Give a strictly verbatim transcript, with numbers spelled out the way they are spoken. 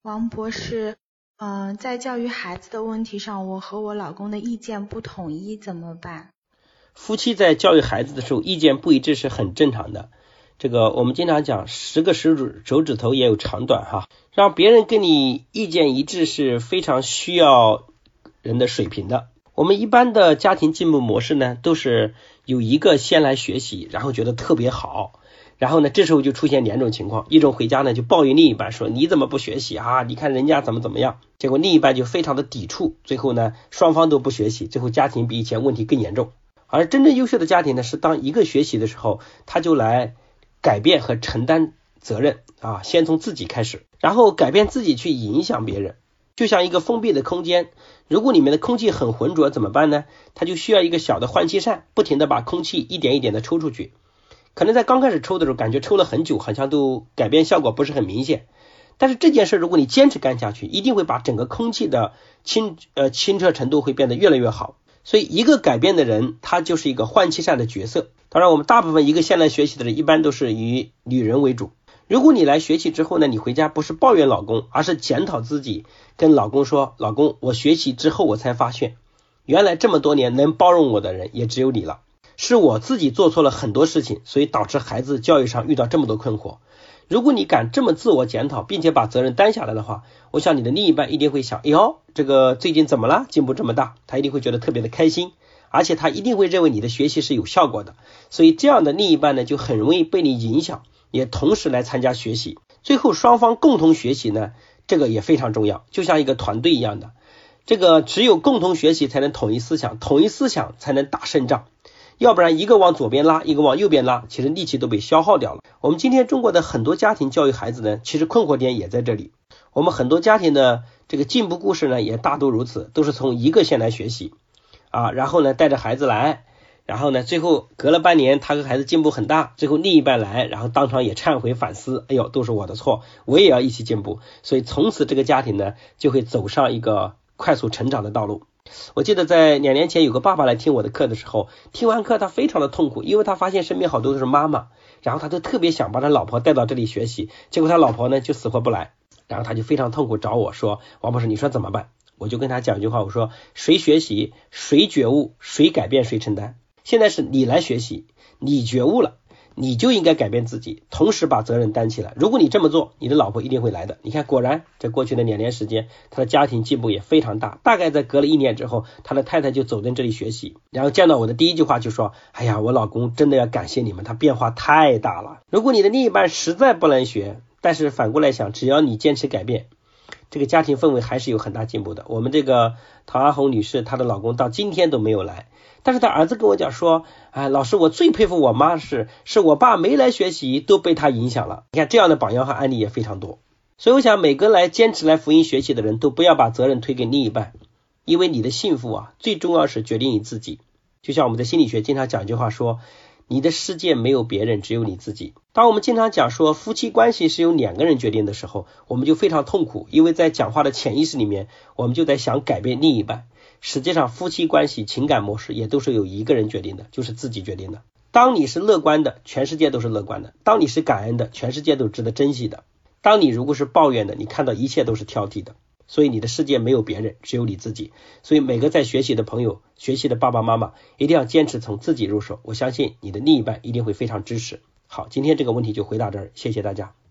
王博士，嗯、呃，在教育孩子的问题上，我和我老公的意见不统一，怎么办？ 夫妻在教育孩子的时候，意见不一致是很正常的。这个我们经常讲，十个手指手指头也有长短哈。让别人跟你意见一致是非常需要人的水平的。我们一般的家庭进步模式呢，都是有一个先来学习，然后觉得特别好。然后呢，这时候就出现两种情况，一种回家呢就抱怨另一半说你怎么不学习啊？你看人家怎么怎么样，结果另一半就非常的抵触，最后呢双方都不学习，最后家庭比以前问题更严重。而真正优秀的家庭呢，是当一个学习的时候，他就来改变和承担责任啊，先从自己开始，然后改变自己去影响别人。就像一个封闭的空间，如果里面的空气很浑浊怎么办呢？他就需要一个小的换气扇，不停的把空气一点一点的抽出去。可能在刚开始抽的时候，感觉抽了很久，好像都改变效果不是很明显。但是这件事如果你坚持干下去，一定会把整个空气的清呃清澈程度会变得越来越好。所以一个改变的人，他就是一个换气扇的角色。当然我们大部分一个先来学习的人，一般都是以女人为主。如果你来学习之后呢，你回家不是抱怨老公，而是检讨自己，跟老公说，老公，我学习之后我才发现，原来这么多年能包容我的人也只有你了。是我自己做错了很多事情，所以导致孩子教育上遇到这么多困惑。如果你敢这么自我检讨，并且把责任担下来的话，我想你的另一半一定会想，哎呦，这个最近怎么了，进步这么大，他一定会觉得特别的开心，而且他一定会认为你的学习是有效果的。所以这样的另一半呢，就很容易被你影响，也同时来参加学习，最后双方共同学习呢，这个也非常重要，就像一个团队一样的，这个只有共同学习才能统一思想，统一思想才能打胜仗。要不然一个往左边拉，一个往右边拉，其实力气都被消耗掉了。我们今天中国的很多家庭教育孩子呢，其实困惑点也在这里。我们很多家庭的这个进步故事呢，也大多如此，都是从一个先来学习啊，然后呢带着孩子来，然后呢最后隔了半年，他和孩子进步很大，最后另一半来，然后当场也忏悔反思，哎呦，都是我的错，我也要一起进步。所以从此这个家庭呢，就会走上一个快速成长的道路。我记得在两年前有个爸爸来听我的课的时候，听完课他非常的痛苦，因为他发现身边好多都是妈妈，然后他都特别想把他老婆带到这里学习，结果他老婆呢就死活不来，然后他就非常痛苦找我说，王博士你说怎么办？我就跟他讲一句话，我说谁学习谁觉悟，谁改变谁承担。现在是你来学习，你觉悟了，你就应该改变自己，同时把责任担起来。如果你这么做，你的老婆一定会来的。你看，果然在过去的两年时间，他的家庭进步也非常大。大概在隔了一年之后，他的太太就走进这里学习，然后见到我的第一句话就说，哎呀，我老公真的要感谢你们，他变化太大了。如果你的另一半实在不能学，但是反过来想，只要你坚持改变，这个家庭氛围还是有很大进步的。我们这个陶阿红女士，她的老公到今天都没有来，但是她儿子跟我讲说，哎，老师，我最佩服我妈是，是我爸没来学习都被她影响了。你看这样的榜样和案例也非常多。所以我想每个来坚持来福音学习的人都不要把责任推给另一半，因为你的幸福啊，最重要是决定你自己。就像我们在心理学经常讲一句话说，你的世界没有别人，只有你自己。当我们经常讲说夫妻关系是由两个人决定的时候，我们就非常痛苦，因为在讲话的潜意识里面，我们就在想改变另一半。实际上夫妻关系情感模式也都是由一个人决定的，就是自己决定的。当你是乐观的，全世界都是乐观的；当你是感恩的，全世界都值得珍惜的；当你如果是抱怨的，你看到一切都是挑剔的。所以你的世界没有别人，只有你自己。所以每个在学习的朋友，学习的爸爸妈妈，一定要坚持从自己入手，我相信你的另一半一定会非常支持。好，今天这个问题就回答这儿，谢谢大家。